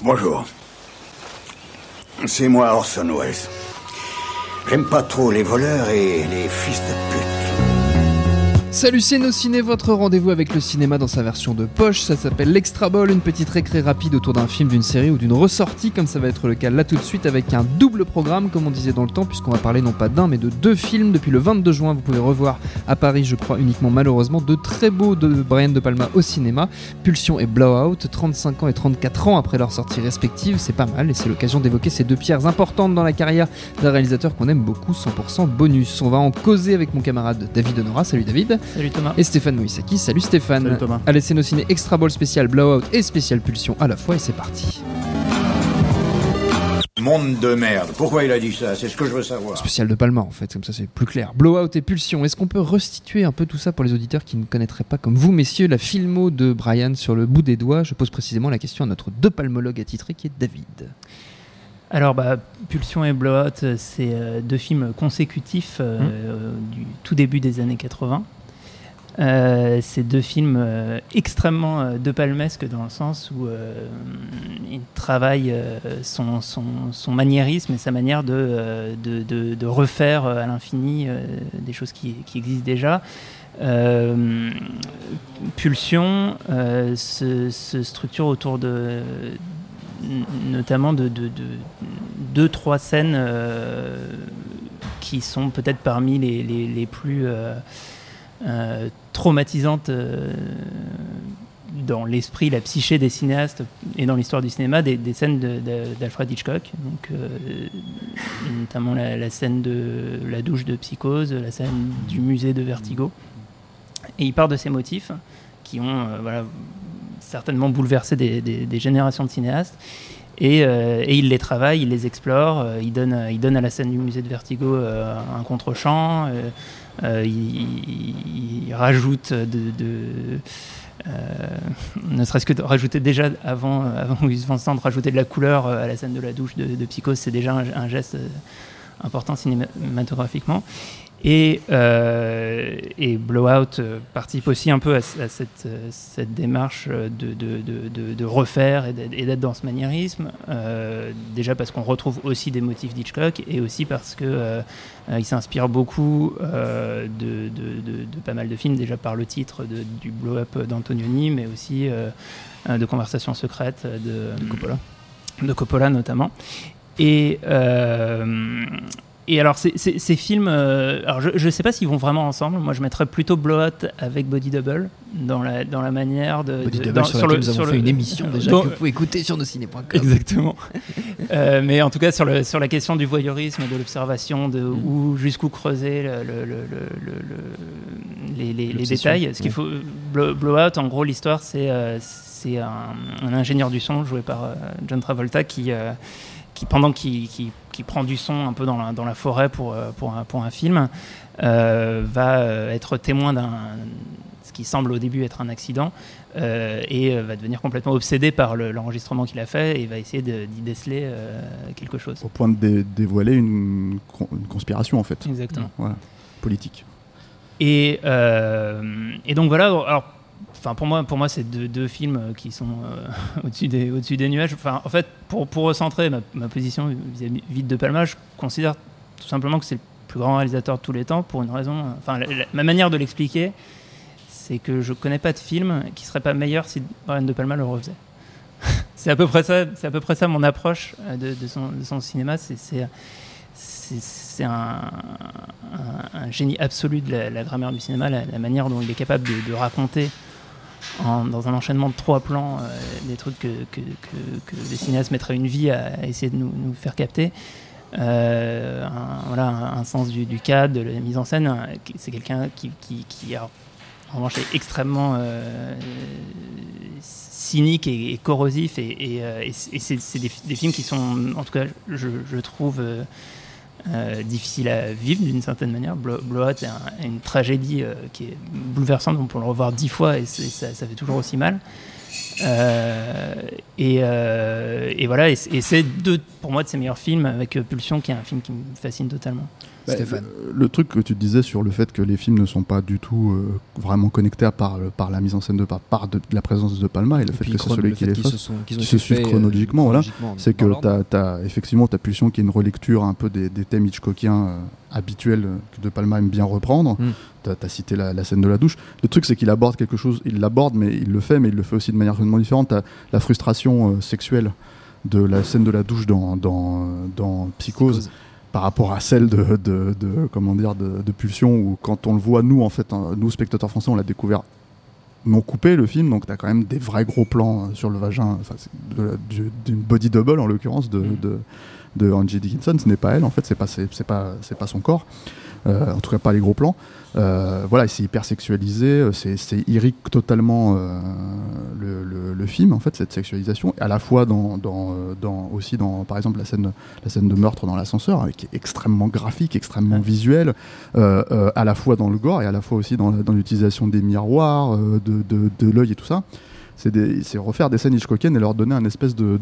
Bonjour. C'est moi Orson Welles. J'aime pas trop les voleurs et les fils de pute. Salut, c'est Nos Ciné, votre rendez-vous avec le cinéma dans sa version de poche. Ça s'appelle l'Extra Ball, une petite récré rapide autour d'un film, d'une série ou d'une ressortie, comme ça va être le cas là tout de suite, avec un double programme, comme on disait dans le temps, puisqu'on va parler non pas d'un, mais de 2 films. Depuis le 22 juin, vous pouvez revoir à Paris, je crois uniquement malheureusement, 2 très beaux de Brian De Palma au cinéma, Pulsion et Blowout, 35 ans et 34 ans après leur sortie respective. C'est pas mal, et c'est l'occasion d'évoquer ces 2 pierres importantes dans la carrière d'un réalisateur qu'on aime beaucoup, 100% bonus. On va en causer avec mon camarade David Honora. Salut David. Salut Thomas. Et Stéphane Moïsaki. Salut Stéphane. Salut Thomas. Allez, c'est Nos Ciné Extra Ball spécial Blowout et spécial Pulsion à la fois, et c'est parti. Monde de merde. Pourquoi il a dit ça? C'est ce que je veux savoir. Spécial De Palma en fait, comme ça c'est plus clair. Blowout et Pulsion. Est-ce qu'on peut restituer un peu tout ça pour les auditeurs qui ne connaîtraient pas, comme vous messieurs, la filmo de Brian sur le bout des doigts? Je pose précisément la question à notre De Palmologue attitré qui est David. Alors, Pulsion et Blowout, c'est 2 films consécutifs du tout début des années 80. C'est 2 films extrêmement De Palmesques dans le sens où il travaille son maniérisme et sa manière de refaire à l'infini des choses qui existent déjà. Pulsion se structure autour de notamment de 2-3 scènes qui sont peut-être parmi les plus traumatisantes dans l'esprit, la psyché des cinéastes et dans l'histoire du cinéma, des scènes d'Alfred Hitchcock, donc, notamment la scène de la douche de Psychose, la scène du musée de Vertigo. Et il part de ces motifs qui ont certainement bouleversé des générations de cinéastes, et il les travaille, il les explore, il donne à la scène du musée de Vertigo un contre-champ, il rajoute ne serait-ce que de rajouter déjà avant Gus Van Sant, rajouter de la couleur à la scène de la douche de Psychose, c'est déjà un geste important cinématographiquement. Et Blowout participe aussi un peu à cette démarche de refaire et d'être dans ce maniérisme, déjà parce qu'on retrouve aussi des motifs d'Hitchcock, et aussi parce que il s'inspire beaucoup de pas mal de films, déjà par le titre du Blow-Up d'Antonioni, mais aussi de Conversations secrètes de Coppola notamment. Et alors, ces films, alors je ne sais pas s'ils vont vraiment ensemble. Moi, je mettrais plutôt Blowout avec Body Double dans la manière de... Body Double sur laquelle nous avons fait une émission déjà que vous pouvez écouter sur nosciné.com. Exactement. Mais en tout cas, sur la question du voyeurisme, de l'observation, où jusqu'où creuser les détails. Ce qu'il faut... Blowout, en gros, l'histoire, c'est un ingénieur du son joué par John Travolta qui pendant qu'il prend du son un peu dans la forêt pour un film, va être témoin ce qui semble au début être un accident, et va devenir complètement obsédé par l'enregistrement qu'il a fait, et va essayer d'y déceler quelque chose. Au point de dévoiler une conspiration, en fait. Exactement. Voilà, politique. Et donc voilà, alors, enfin, pour moi, c'est deux films qui sont au-dessus des nuages. Enfin, en fait, pour recentrer ma position vis-à-vis de De Palma, je considère tout simplement que c'est le plus grand réalisateur de tous les temps, pour une raison. Enfin, ma manière de l'expliquer, c'est que je connais pas de film qui serait pas meilleur si Brian De Palma le refaisait. C'est à peu près ça mon approche de son cinéma. C'est un génie absolu de la grammaire du cinéma, la manière dont il est capable de raconter dans un enchaînement de 3 plans des trucs que les cinéastes mettraient une vie à essayer de nous faire capter. Un sens du cadre, de la mise en scène. C'est quelqu'un qui en revanche est extrêmement cynique et corrosif, et c'est des films qui sont, en tout cas, je trouve difficile à vivre d'une certaine manière. Blowout est une tragédie qui est bouleversante, on peut le revoir 10 fois et ça fait toujours aussi mal. Et voilà, et c'est pour moi de ses meilleurs films, avec Pulsion qui est un film qui me fascine totalement. Stéphane. Le truc que tu disais sur le fait que les films ne sont pas du tout vraiment connectés par la mise en scène de la présence de De Palma et le fait que c'est celui qui les fasse, qui se suivent chronologiquement, voilà, c'est que t'as effectivement Pulsion qui est une relecture un peu des thèmes hitchcockiens habituels que De Palma aime bien reprendre. T'as cité la scène de la douche. Le truc, c'est qu'il aborde quelque chose, il l'aborde, mais il le fait aussi de manière complètement différente. T'as la frustration sexuelle de la scène de la douche dans Psychose par rapport à celle de Pulsion, où quand on le voit, nous spectateurs français, on l'a découvert non coupé le film, donc t'as quand même des vrais gros plans sur le vagin, d'une body double en l'occurrence de Angie Dickinson. Ce n'est pas elle, en fait, c'est pas son corps, en tout cas pas les gros plans. Voilà, c'est hyper sexualisé, c'est irrigue totalement le film, en fait, cette sexualisation, à la fois aussi dans par exemple la scène de meurtre dans l'ascenseur, qui est extrêmement graphique, extrêmement visuelle, à la fois dans le gore et à la fois aussi dans l'utilisation des miroirs, de l'œil et tout ça. C'est refaire des scènes Hitchcockiennes et leur donner un espèce de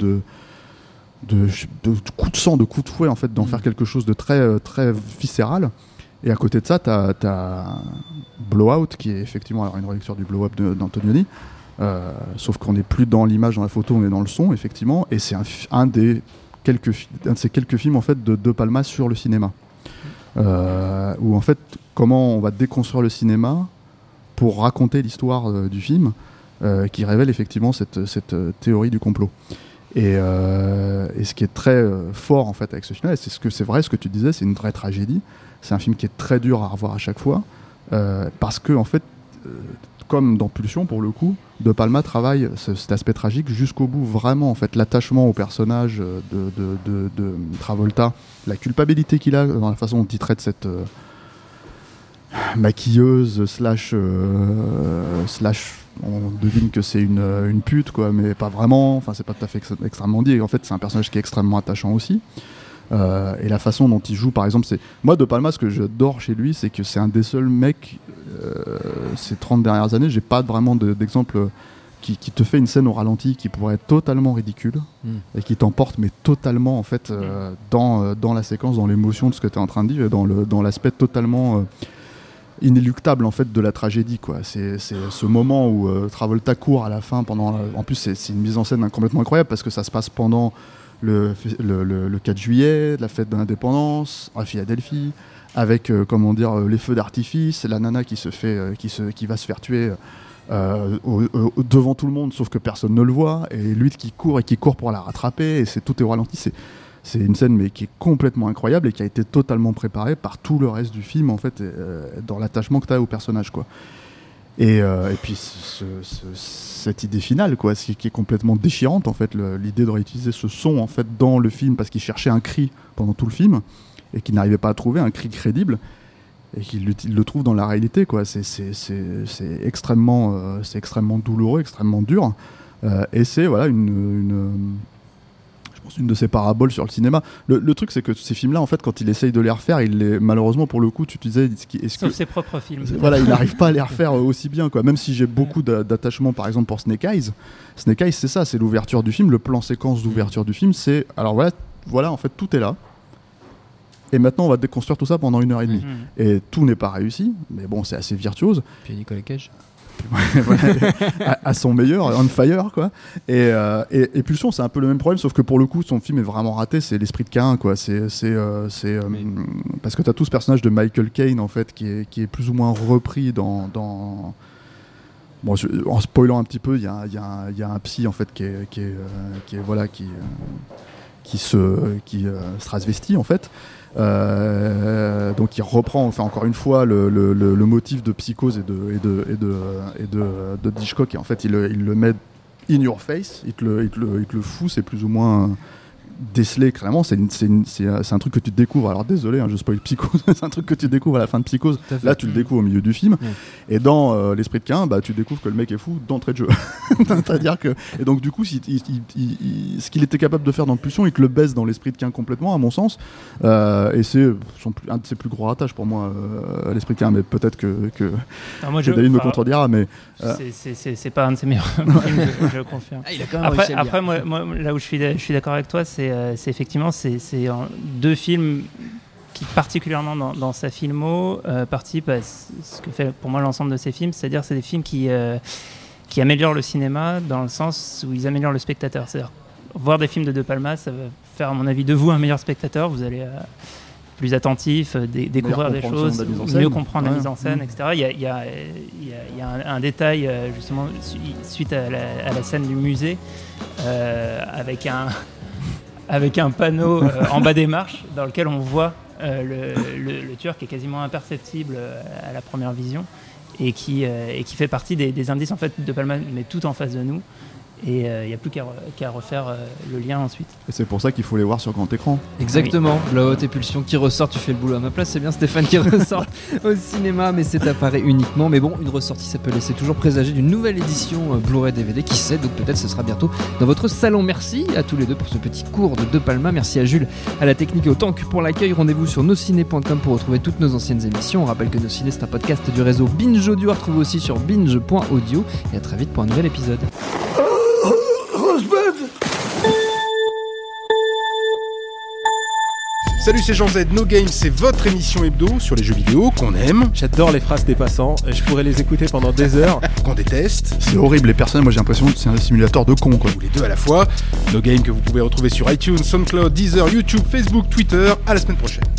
coup de sang, de coup de fouet, en fait, d'en faire quelque chose de très, très viscéral. Et à côté de ça, t'as Blowout, qui est effectivement une relecture du Blow Up d'Antonioni, sauf qu'on n'est plus dans l'image, dans la photo, on est dans le son, effectivement, et c'est un de ces quelques films, en fait, de De Palma sur le cinéma. Où, en fait, comment on va déconstruire le cinéma pour raconter l'histoire du film, qui révèle effectivement cette théorie du complot. Et ce qui est très fort, en fait, avec ce film-là, c'est vrai ce que tu disais, c'est une vraie tragédie. C'est un film qui est très dur à revoir à chaque fois, parce que, en fait, comme dans Pulsion, pour le coup, De Palma travaille cet aspect tragique jusqu'au bout, vraiment, en fait, l'attachement au personnage de Travolta, la culpabilité qu'il a dans la façon dont il traite cette maquilleuse slash on devine que c'est une pute, quoi, mais pas vraiment, enfin c'est pas tout à fait extrêmement dit, et en fait c'est un personnage qui est extrêmement attachant aussi. Et la façon dont il joue, par exemple, moi, De Palma, ce que j'adore chez lui, c'est que c'est un des seuls mecs ces 30 dernières années, j'ai pas vraiment d'exemple qui te fait une scène au ralenti qui pourrait être totalement ridicule et qui t'emporte, mais totalement, en fait, dans la séquence, dans l'émotion de ce que tu es en train de dire, dans l'aspect totalement inéluctable, en fait, de la tragédie, quoi. C'est ce moment où Travolta court à la fin en plus c'est une mise en scène complètement incroyable parce que ça se passe pendant le 4 juillet, la fête de l'indépendance à Philadelphie, avec les feux d'artifice, la nana qui va se faire tuer devant tout le monde, sauf que personne ne le voit, et lui qui court pour la rattraper, et tout est au ralenti. C'est une scène, mais qui est complètement incroyable et qui a été totalement préparée par tout le reste du film, en fait, dans l'attachement que tu as au personnage, quoi. Et puis cette idée finale, quoi, qui est complètement déchirante, en fait, l'idée de réutiliser ce son, en fait, dans le film, parce qu'il cherchait un cri pendant tout le film et qu'il n'arrivait pas à trouver un cri crédible, et qu'il le trouve dans la réalité, quoi. C'est extrêmement douloureux, extrêmement dur, et c'est voilà une de ses paraboles sur le cinéma. Le truc, c'est que ces films-là, en fait, quand il essaye de les refaire, malheureusement, pour le coup, tu disais... Sauf ses propres films. Voilà, il n'arrive pas à les refaire aussi bien, quoi. Même si j'ai beaucoup d'attachement, par exemple, pour Snake Eyes. Snake Eyes, c'est ça, c'est l'ouverture du film, le plan séquence d'ouverture du film, c'est... Alors voilà, en fait, tout est là. Et maintenant, on va déconstruire tout ça pendant 1h30. Et tout n'est pas réussi, mais bon, c'est assez virtuose. Puis il y a Nicolas Cage. à son meilleur, on fire, quoi. Et Pulsion, c'est un peu le même problème, sauf que pour le coup, son film est vraiment raté. C'est l'esprit de Cain, quoi. Parce que t'as tout ce personnage de Michael Caine, en fait, qui est plus ou moins repris dans... Bon, en spoilant un petit peu, il y a un psy, en fait, qui se transvestit, en fait. Donc il reprend, enfin, encore une fois, le motif de Psychose et de Hitchcock, et en fait il le met in your face, il te le fout, c'est plus ou moins décelé, clairement. C'est un truc que tu découvres, alors désolé, je spoil Psychose, c'est un truc que tu découvres à la fin de Psychose, là tu le découvres au milieu du film, et dans l'esprit de Cain, tu découvres que le mec est fou d'entrée de jeu. C'est-à-dire que, et donc du coup, ce qu'il était capable de faire dans Pulsion, il te le baisse dans l'esprit de Cain complètement, à mon sens, et c'est un de ses plus gros ratages pour moi, l'esprit de Cain, mais peut-être que David me contredira, mais c'est pas un de ses meilleurs films, je confirme. Il a quand même réussi à le après moi, là où je suis d'accord avec toi, c'est effectivement c'est deux films qui particulièrement dans sa filmo participe à ce que fait pour moi l'ensemble de ses films, c'est-à-dire c'est des films qui améliorent le cinéma dans le sens où ils améliorent le spectateur. C'est-à-dire voir des films de De Palma, ça va faire à mon avis de vous un meilleur spectateur. Vous allez plus attentif, découvrir des choses, mieux comprendre la mise en scène, etc. Il y a un détail justement suite à la scène du musée avec un panneau en bas des marches dans lequel on voit le tueur qui est quasiment imperceptible à la première vision et qui fait partie des indices en fait de Palma, mais tout en face de nous. Et il n'y a plus qu'à refaire le lien ensuite. Et c'est pour ça qu'il faut les voir sur grand écran. Exactement, la haute épulsion qui ressort, tu fais le boulot à ma place, c'est bien Stéphane qui ressort au cinéma, mais c'est à Paris uniquement. Mais bon, une ressortie, ça peut laisser toujours présager d'une nouvelle édition Blu-ray DVD, qui sait, donc peut-être ce sera bientôt dans votre salon. Merci à tous les deux pour ce petit cours de Palma, merci à Jules, à la technique et au Tank pour l'accueil. Rendez-vous sur nosciné.com pour retrouver toutes nos anciennes émissions. On rappelle que Nos Ciné, c'est un podcast du réseau Binge Audio, à retrouver aussi sur binge.audio, et à très vite pour un nouvel épisode. Salut, c'est Jean Z, No Game, c'est votre émission hebdo sur les jeux vidéo qu'on aime. J'adore les phrases des passants, je pourrais les écouter pendant des heures. Qu'on déteste. C'est horrible, les personnes, moi j'ai l'impression que c'est un simulateur de con quoi. Ou les deux à la fois. No Game que vous pouvez retrouver sur iTunes, SoundCloud, Deezer, YouTube, Facebook, Twitter. À la semaine prochaine.